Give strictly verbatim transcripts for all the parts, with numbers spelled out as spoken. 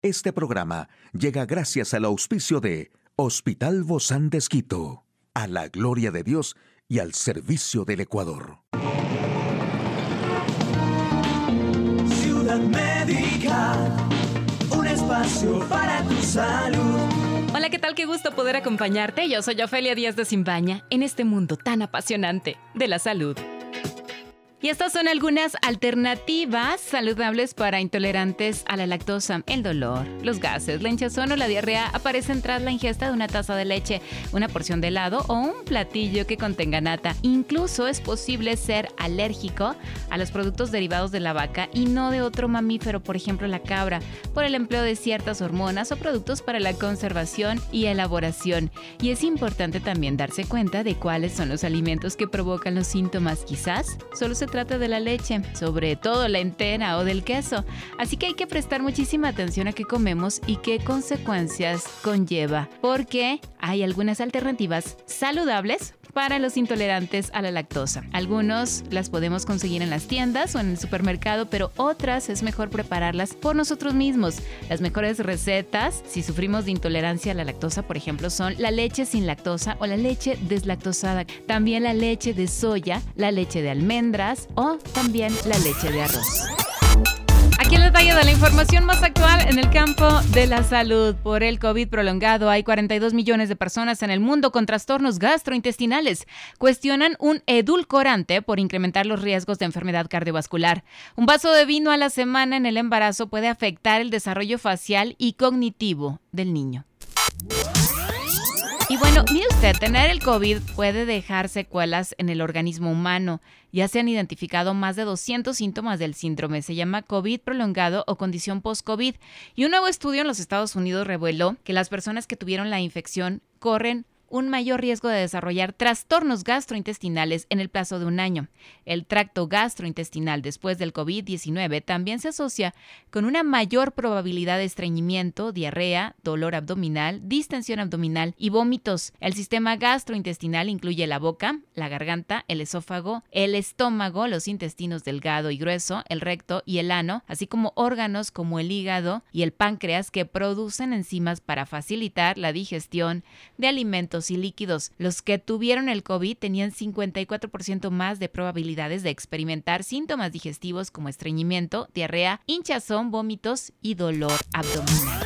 Este programa llega gracias al auspicio de Hospital Bozán de Esquito, a la gloria de Dios y al servicio del Ecuador. Ciudad Médica, un espacio para tu salud. Hola, ¿qué tal? Qué gusto poder acompañarte. Yo soy Ofelia Díaz de Simbaña en este mundo tan apasionante de la salud. Y estas son algunas alternativas saludables para intolerantes a la lactosa. El dolor, los gases, la hinchazón o la diarrea aparecen tras la ingesta de una taza de leche, una porción de helado o un platillo que contenga nata. Incluso es posible ser alérgico a los productos derivados de la vaca y no de otro mamífero, por ejemplo la cabra, por el empleo de ciertas hormonas o productos para la conservación y elaboración. Y es importante también darse cuenta de cuáles son los alimentos que provocan los síntomas. Quizás solo se trata de la leche, sobre todo la entera o del queso. Así que hay que prestar muchísima atención a qué comemos y qué consecuencias conlleva, porque hay algunas alternativas saludables para los intolerantes a la lactosa. Algunos las podemos conseguir en las tiendas o en el supermercado, pero otras es mejor prepararlas por nosotros mismos. Las mejores recetas, si sufrimos de intolerancia a la lactosa, por ejemplo, son la leche sin lactosa o la leche deslactosada. También la leche de soya, la leche de almendras o también la leche de arroz. Aquí el detalle de la información más actual en el campo de la salud. Por el COVID prolongado, hay cuarenta y dos millones de personas en el mundo con trastornos gastrointestinales. Cuestionan un edulcorante por incrementar los riesgos de enfermedad cardiovascular. Un vaso de vino a la semana en el embarazo puede afectar el desarrollo facial y cognitivo del niño. Y bueno, mire usted, tener el COVID puede dejar secuelas en el organismo humano. Ya se han identificado más de doscientos síntomas del síndrome. Se llama COVID prolongado o condición post-COVID. Y un nuevo estudio en los Estados Unidos reveló que las personas que tuvieron la infección corren un mayor riesgo de desarrollar trastornos gastrointestinales en el plazo de un año. El tracto gastrointestinal después del COVID diecinueve también se asocia con una mayor probabilidad de estreñimiento, diarrea, dolor abdominal, distensión abdominal y vómitos. El sistema gastrointestinal incluye la boca, la garganta, el esófago, el estómago, los intestinos delgado y grueso, el recto y el ano, así como órganos como el hígado y el páncreas que producen enzimas para facilitar la digestión de alimentos y líquidos. Los que tuvieron el COVID tenían cincuenta y cuatro por ciento más de probabilidades de experimentar síntomas digestivos como estreñimiento, diarrea, hinchazón, vómitos y dolor abdominal.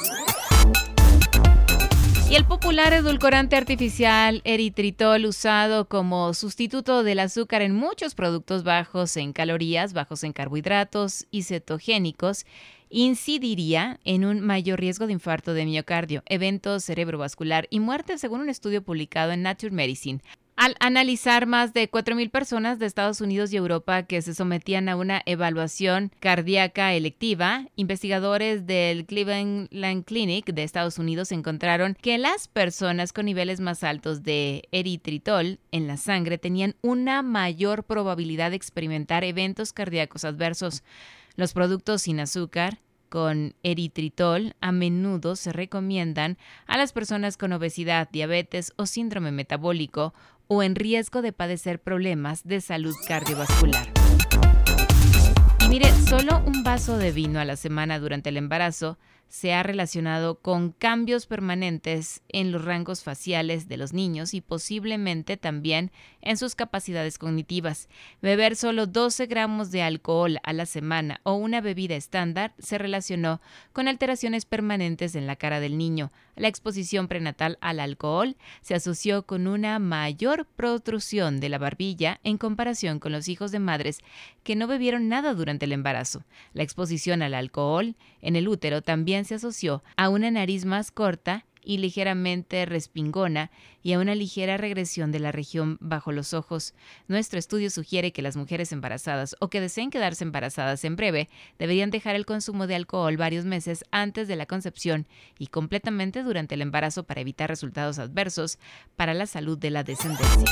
Y el popular edulcorante artificial eritritol, usado como sustituto del azúcar en muchos productos bajos en calorías, bajos en carbohidratos y cetogénicos, incidiría en un mayor riesgo de infarto de miocardio, evento cerebrovascular y muerte, según un estudio publicado en Nature Medicine. Al analizar más de cuatro mil personas de Estados Unidos y Europa que se sometían a una evaluación cardíaca electiva, investigadores del Cleveland Clinic de Estados Unidos encontraron que las personas con niveles más altos de eritritol en la sangre tenían una mayor probabilidad de experimentar eventos cardíacos adversos. Los productos sin azúcar con eritritol a menudo se recomiendan a las personas con obesidad, diabetes o síndrome metabólico o en riesgo de padecer problemas de salud cardiovascular. Y mire, solo un vaso de vino a la semana durante el embarazo se ha relacionado con cambios permanentes en los rangos faciales de los niños y posiblemente también en sus capacidades cognitivas. Beber solo doce gramos de alcohol a la semana o una bebida estándar se relacionó con alteraciones permanentes en la cara del niño. La exposición prenatal al alcohol se asoció con una mayor protrusión de la barbilla en comparación con los hijos de madres que no bebieron nada durante el embarazo. La exposición al alcohol en el útero también se asoció a una nariz más corta y ligeramente respingona y a una ligera regresión de la región bajo los ojos. Nuestro estudio sugiere que las mujeres embarazadas o que deseen quedarse embarazadas en breve deberían dejar el consumo de alcohol varios meses antes de la concepción y completamente durante el embarazo para evitar resultados adversos para la salud de la descendencia.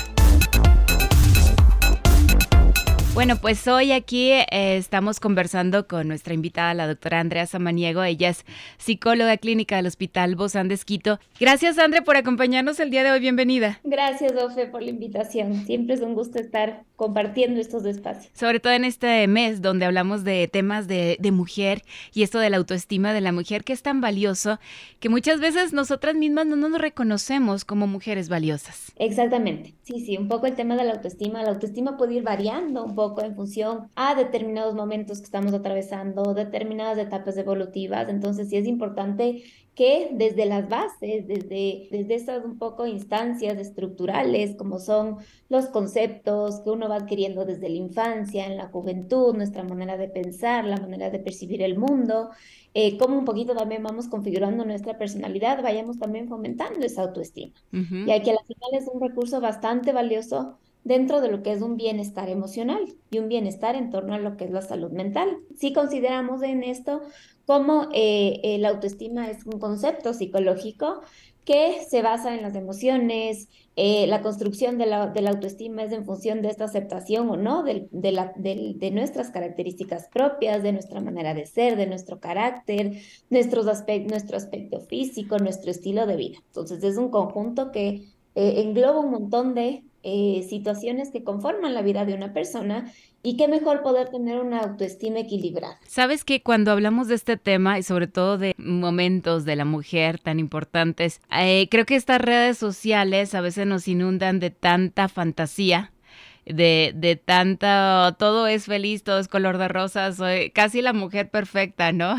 Bueno, pues hoy aquí eh, estamos conversando con nuestra invitada, la doctora Andrea Samaniego. Ella es psicóloga clínica del Hospital Bozán de Esquito. Gracias, Andrea, por acompañarnos el día de hoy. Bienvenida. Gracias, Ofe, por la invitación. Siempre es un gusto estar compartiendo estos espacios. Sobre todo en este mes donde hablamos de temas de, de mujer y esto de la autoestima de la mujer, que es tan valioso que muchas veces nosotras mismas no nos reconocemos como mujeres valiosas. Exactamente, sí, sí, un poco el tema de la autoestima. La autoestima puede ir variando un poco en función a determinados momentos que estamos atravesando, determinadas etapas evolutivas, entonces sí es importante que desde las bases, desde, desde esas un poco instancias estructurales, como son los conceptos que uno va adquiriendo desde la infancia, en la juventud, nuestra manera de pensar, la manera de percibir el mundo, eh, como un poquito también vamos configurando nuestra personalidad, vayamos también fomentando esa autoestima. Uh-huh. Ya que al final es un recurso bastante valioso dentro de lo que es un bienestar emocional y un bienestar en torno a lo que es la salud mental. Si consideramos en esto como eh, eh, la autoestima es un concepto psicológico que se basa en las emociones, eh, la construcción de la, de la autoestima es en función de esta aceptación o no de, de, la, de, de nuestras características propias, de nuestra manera de ser, de nuestro carácter, nuestros aspect, nuestro aspecto físico, nuestro estilo de vida. Entonces es un conjunto que eh, engloba un montón de eh, situaciones que conforman la vida de una persona. Y qué mejor poder tener una autoestima equilibrada. Sabes que cuando hablamos de este tema y sobre todo de momentos de la mujer tan importantes, eh, creo que estas redes sociales a veces nos inundan de tanta fantasía, de, de tanta, todo es feliz, todo es color de rosa, soy casi la mujer perfecta, ¿no?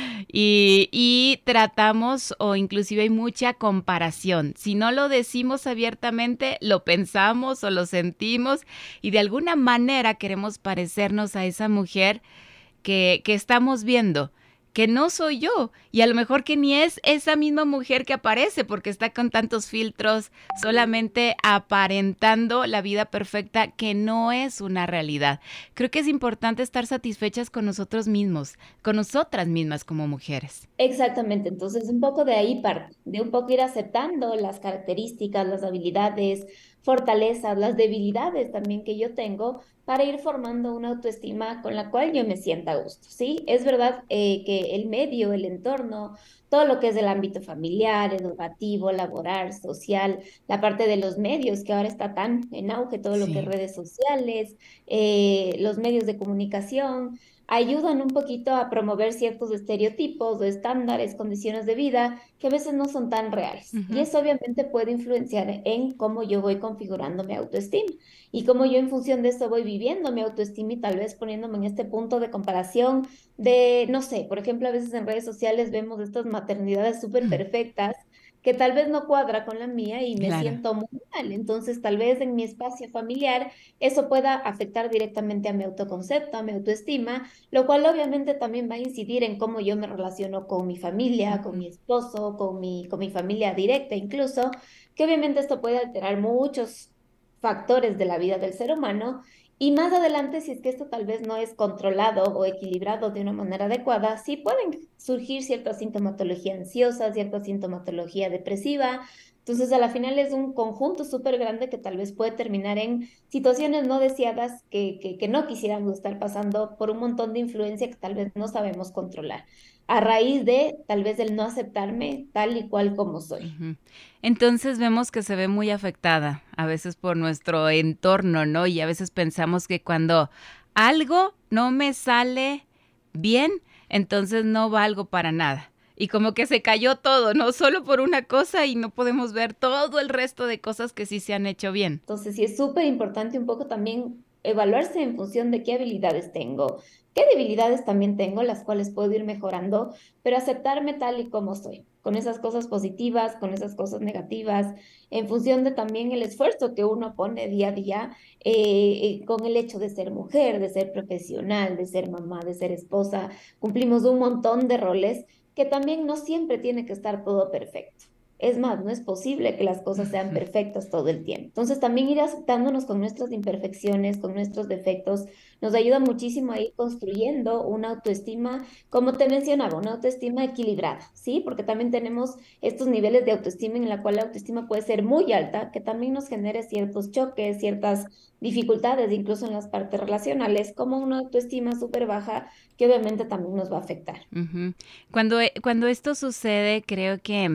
Y, y tratamos, o inclusive hay mucha comparación. Si no lo decimos abiertamente, lo pensamos o lo sentimos y de alguna manera queremos parecernos a esa mujer que, que estamos viendo, que no soy yo, y a lo mejor que ni es esa misma mujer que aparece porque está con tantos filtros, solamente aparentando la vida perfecta que no es una realidad. Creo que es importante estar satisfechas con nosotros mismos, con nosotras mismas como mujeres. Exactamente, entonces un poco de ahí parte, de un poco ir aceptando las características, las habilidades, fortalezas, las debilidades también que yo tengo para ir formando una autoestima con la cual yo me sienta a gusto, ¿sí? Es verdad eh, que el medio, el entorno, todo lo que es el ámbito familiar, educativo, laboral, social, la parte de los medios que ahora está tan en auge, todo lo Sí. que es redes sociales, eh, los medios de comunicación, ayudan un poquito a promover ciertos estereotipos o estándares, condiciones de vida que a veces no son tan reales. Uh-huh. Y eso obviamente puede influenciar en cómo yo voy configurando mi autoestima y cómo yo en función de eso voy viviendo mi autoestima y tal vez poniéndome en este punto de comparación de, no sé, por ejemplo, a veces en redes sociales vemos estas maternidades súper perfectas que tal vez no cuadra con la mía y me Claro. siento muy mal. Entonces, tal vez en mi espacio familiar eso pueda afectar directamente a mi autoconcepto, a mi autoestima, lo cual obviamente también va a incidir en cómo yo me relaciono con mi familia, con mi esposo, con mi, con mi familia directa incluso, que obviamente esto puede alterar muchos factores de la vida del ser humano. Y más adelante, si es que esto tal vez no es controlado o equilibrado de una manera adecuada, sí pueden surgir cierta sintomatología ansiosa, cierta sintomatología depresiva. Entonces, a la final es un conjunto súper grande que tal vez puede terminar en situaciones no deseadas que, que, que no quisiéramos estar pasando por un montón de influencia que tal vez no sabemos controlar, a raíz de tal vez el no aceptarme tal y cual como soy. Uh-huh. Entonces vemos que se ve muy afectada a veces por nuestro entorno, ¿no? Y a veces pensamos que cuando algo no me sale bien, entonces no valgo para nada. Y como que se cayó todo, ¿no? Solo por una cosa y no podemos ver todo el resto de cosas que sí se han hecho bien. Entonces sí es súper importante un poco también evaluarse en función de qué habilidades tengo, qué debilidades también tengo, las cuales puedo ir mejorando, pero aceptarme tal y como soy, con esas cosas positivas, con esas cosas negativas, en función de también el esfuerzo que uno pone día a día, eh, eh, con el hecho de ser mujer, de ser profesional, de ser mamá, de ser esposa, cumplimos un montón de roles que también no siempre tiene que estar todo perfecto. Es más, no es posible que las cosas sean perfectas todo el tiempo. Entonces, también ir aceptándonos con nuestras imperfecciones, con nuestros defectos, nos ayuda muchísimo a ir construyendo una autoestima, como te mencionaba, una autoestima equilibrada, ¿sí? Porque también tenemos estos niveles de autoestima en la cual la autoestima puede ser muy alta, que también nos genere ciertos choques, ciertas dificultades, incluso en las partes relacionales, como una autoestima súper baja, que obviamente también nos va a afectar. Uh-huh. Cuando, cuando esto sucede, creo que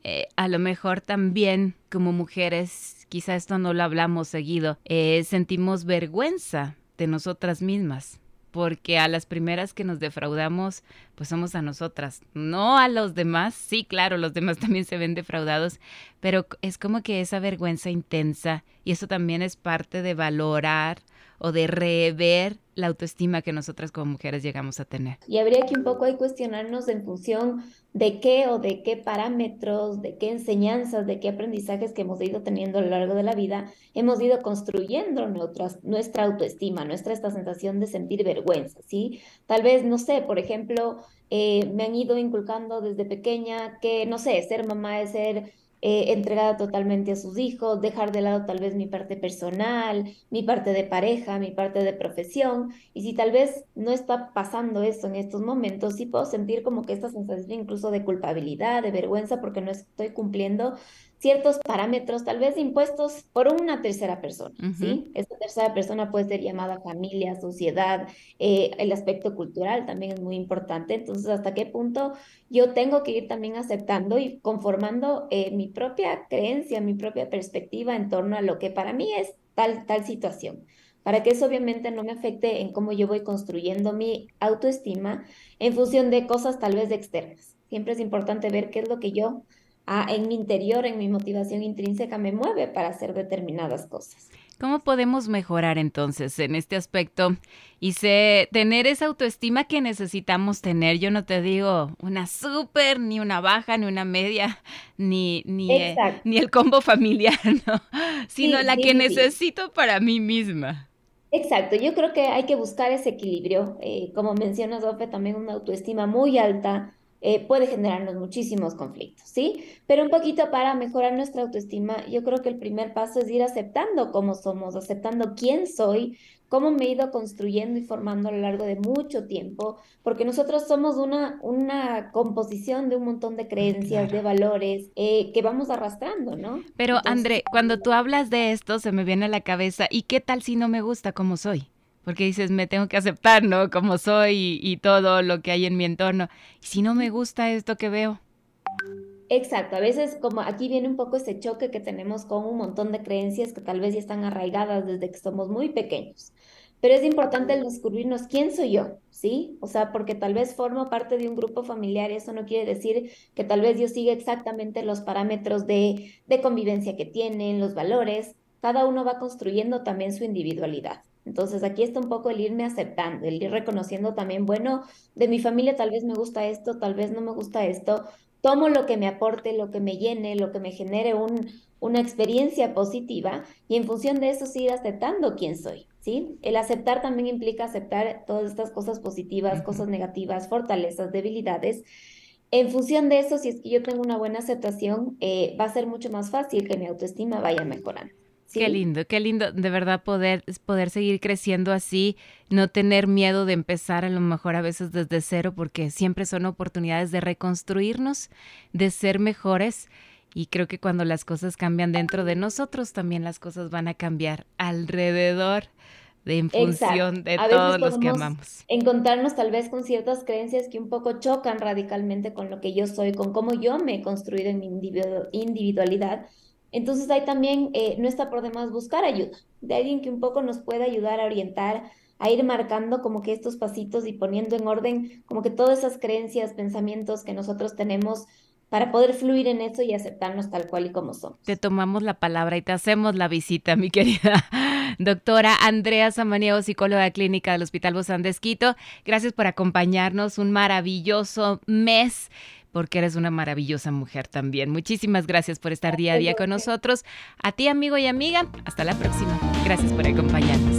eh, a lo mejor también como mujeres, quizá esto no lo hablamos seguido, eh, sentimos vergüenza de nosotras mismas. Porque a las primeras que nos defraudamos, pues somos a nosotras, no a los demás. Sí, claro, los demás también se ven defraudados, pero es como que esa vergüenza intensa, y eso también es parte de valorar o de rever la autoestima que nosotras como mujeres llegamos a tener. Y habría que un poco ahí cuestionarnos en función de qué o de qué parámetros, de qué enseñanzas, de qué aprendizajes que hemos ido teniendo a lo largo de la vida, hemos ido construyendo nuestras, nuestra autoestima, nuestra esta sensación de sentir vergüenza, ¿sí? Tal vez, no sé, por ejemplo, eh, me han ido inculcando desde pequeña que, no sé, ser mamá es ser eh, entregada totalmente a sus hijos, dejar de lado tal vez mi parte personal, mi parte de pareja, mi parte de profesión, y si tal vez no está pasando eso en estos momentos, sí puedo sentir como que esta sensación incluso de culpabilidad, de vergüenza, porque no estoy cumpliendo ciertos parámetros tal vez impuestos por una tercera persona, Uh-huh. ¿sí? Esta tercera persona puede ser llamada familia, sociedad, eh, el aspecto cultural también es muy importante, entonces hasta qué punto yo tengo que ir también aceptando y conformando eh, mi propia creencia, mi propia perspectiva en torno a lo que para mí es tal, tal situación, para que eso obviamente no me afecte en cómo yo voy construyendo mi autoestima en función de cosas tal vez externas. Siempre es importante ver qué es lo que yo ah, en mi interior, en mi motivación intrínseca me mueve para hacer determinadas cosas. ¿Cómo podemos mejorar entonces en este aspecto y sé, tener esa autoestima que necesitamos tener? Yo no te digo una súper, ni una baja, ni una media, ni, ni, eh, ni el combo familiar, ¿no? Sino Sí, la sí, que sí. necesito para mí misma. Exacto, yo creo que hay que buscar ese equilibrio. Eh, como mencionas, Ofe, también una autoestima muy alta eh, puede generarnos muchísimos conflictos, ¿sí? Pero un poquito para mejorar nuestra autoestima, yo creo que el primer paso es ir aceptando cómo somos, aceptando quién soy, cómo me he ido construyendo y formando a lo largo de mucho tiempo, porque nosotros somos una, una composición de un montón de creencias, Claro. de valores eh, que vamos arrastrando, ¿no? Pero Entonces, André, cuando tú hablas de esto, se me viene a la cabeza, ¿y qué tal si no me gusta como soy? Porque dices, me tengo que aceptar, ¿no? Como soy y, y todo lo que hay en mi entorno. ¿Y si no me gusta esto que veo? exacto, a veces como aquí viene un poco ese choque que tenemos con un montón de creencias que tal vez ya están arraigadas desde que somos muy pequeños. Pero es importante el descubrirnos quién soy yo, ¿sí? O sea, porque tal vez formo parte de un grupo familiar y eso no quiere decir que tal vez yo siga exactamente los parámetros de, de convivencia que tienen, los valores. Cada uno va construyendo también su individualidad. Entonces aquí está un poco el irme aceptando, el ir reconociendo también, bueno, de mi familia tal vez me gusta esto, tal vez no me gusta esto, tomo lo que me aporte, lo que me llene, lo que me genere un, una experiencia positiva y en función de eso sigo aceptando quién soy, ¿sí? El aceptar también implica aceptar todas estas cosas positivas, Ujú. cosas negativas, fortalezas, debilidades. En función de eso, si es que yo tengo una buena aceptación, eh, va a ser mucho más fácil que mi autoestima vaya mejorando, Qué ¿sí? lindo, qué lindo de verdad poder, poder seguir creciendo así, no tener miedo de empezar a lo mejor a veces desde cero, porque siempre son oportunidades de reconstruirnos, de ser mejores. Y creo que cuando las cosas cambian dentro de nosotros, también las cosas van a cambiar alrededor, de en Exacto. función de A veces todos los que podemos amamos. encontrarnos tal vez con ciertas creencias que un poco chocan radicalmente con lo que yo soy, con cómo yo me he construido en mi individu- individualidad. Entonces ahí también eh, no está por demás buscar ayuda de alguien que un poco nos pueda ayudar a orientar, a ir marcando como que estos pasitos y poniendo en orden como que todas esas creencias, pensamientos que nosotros tenemos para poder fluir en eso y aceptarnos tal cual y como Te somos. tomamos la palabra y te hacemos la visita, mi querida doctora Andrea Samaniego, psicóloga clínica del Hospital Bozán de Esquito. Gracias por acompañarnos, un maravilloso mes, porque eres una maravillosa mujer también. Muchísimas gracias por estar día a día con nosotros. A ti, amigo y amiga, hasta la próxima. Gracias por acompañarnos.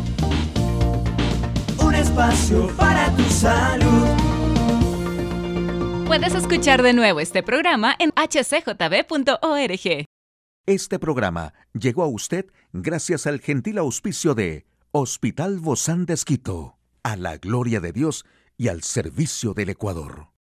Un espacio para tu salud. Puedes escuchar de nuevo este programa en h c j b punto org. Este programa llegó a usted gracias al gentil auspicio de Hospital Bozán de Esquito, a la gloria de Dios y al servicio del Ecuador.